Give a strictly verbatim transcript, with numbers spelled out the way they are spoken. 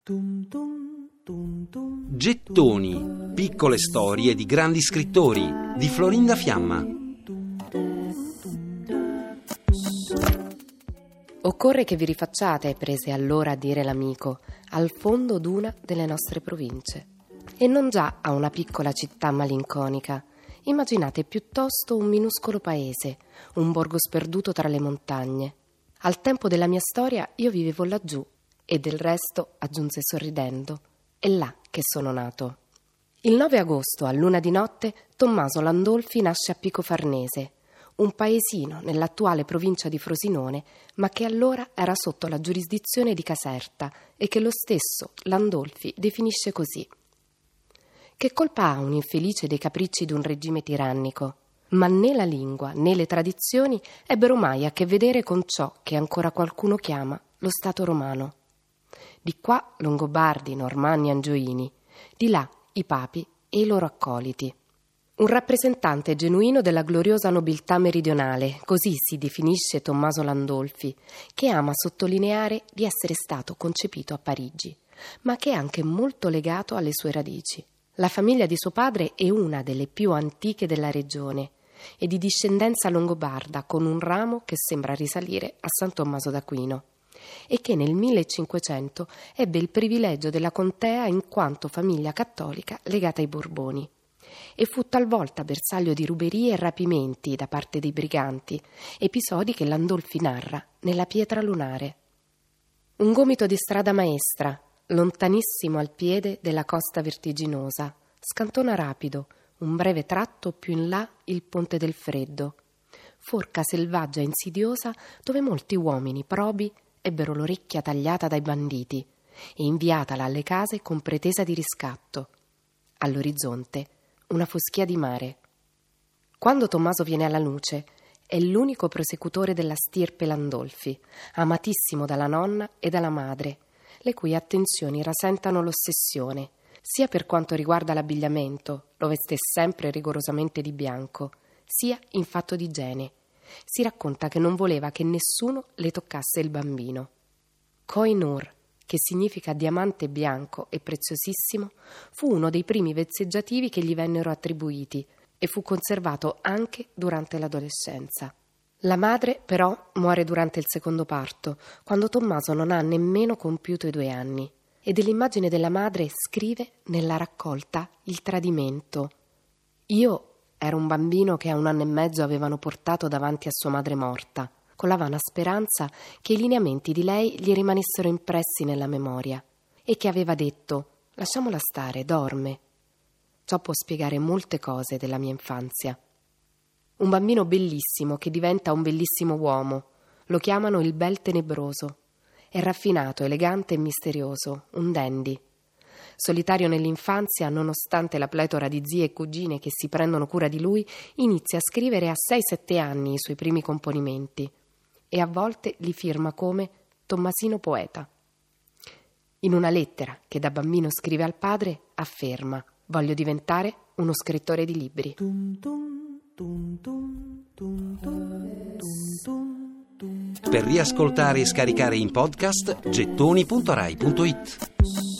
Gettoni, piccole storie di grandi scrittori di Florinda Fiamma. Occorre che vi rifacciate, prese allora a dire l'amico, al fondo d'una delle nostre province. E non già a una piccola città malinconica. Immaginate piuttosto un minuscolo paese, un borgo sperduto tra le montagne. Al tempo della mia storia io vivevo laggiù e del resto, aggiunse sorridendo, è là che sono nato. Il nove agosto, a luna di notte, Tommaso Landolfi nasce a Pico Farnese, un paesino nell'attuale provincia di Frosinone, ma che allora era sotto la giurisdizione di Caserta e che lo stesso Landolfi definisce così. Che colpa ha un infelice dei capricci di un regime tirannico? Ma né la lingua né le tradizioni ebbero mai a che vedere con ciò che ancora qualcuno chiama lo Stato romano. Di qua Longobardi, Normanni, Angioini, di là i papi e i loro accoliti. Un rappresentante genuino della gloriosa nobiltà meridionale, così si definisce Tommaso Landolfi, che ama sottolineare di essere stato concepito a Parigi, ma che è anche molto legato alle sue radici. La famiglia di suo padre è una delle più antiche della regione e di discendenza longobarda, con un ramo che sembra risalire a San Tommaso d'Aquino, e che nel millecinquecento ebbe il privilegio della contea in quanto famiglia cattolica legata ai Borboni, e fu talvolta bersaglio di ruberie e rapimenti da parte dei briganti, episodi che Landolfi narra nella Pietra lunare. Un gomito di strada maestra, lontanissimo al piede della costa vertiginosa, scantona rapido, un breve tratto più in là il Ponte del Freddo, forca selvaggia e insidiosa dove molti uomini probi ebbero l'orecchia tagliata dai banditi e inviatala alle case con pretesa di riscatto. All'orizzonte una foschia di mare. Quando Tommaso viene alla luce è l'unico prosecutore della stirpe Landolfi, amatissimo dalla nonna e dalla madre, le cui attenzioni rasentano l'ossessione, sia per quanto riguarda l'abbigliamento, lo veste sempre rigorosamente di bianco, sia in fatto di igiene. Si racconta che non voleva che nessuno le toccasse il bambino. Koh-i-Noor, che significa diamante bianco e preziosissimo, fu uno dei primi vezzeggiativi che gli vennero attribuiti e fu conservato anche durante l'adolescenza. La madre, però, muore durante il secondo parto, quando Tommaso non ha nemmeno compiuto i due anni, e dell'immagine della madre scrive nella raccolta Il tradimento. Io ero un bambino che a un anno e mezzo avevano portato davanti a sua madre morta, con la vana speranza che i lineamenti di lei gli rimanessero impressi nella memoria, e che aveva detto «lasciamola stare, dorme». Ciò può spiegare molte cose della mia infanzia. Un bambino bellissimo che diventa un bellissimo uomo, lo chiamano il bel tenebroso. È raffinato, elegante e misterioso, un dandy. Solitario nell'infanzia, nonostante la pletora di zie e cugine che si prendono cura di lui, inizia a scrivere a sei sette anni i suoi primi componimenti e a volte li firma come Tommasino Poeta. In una lettera che da bambino scrive al padre afferma «Voglio diventare uno scrittore di libri». Per riascoltare e scaricare in podcast gettoni punto rai punto it.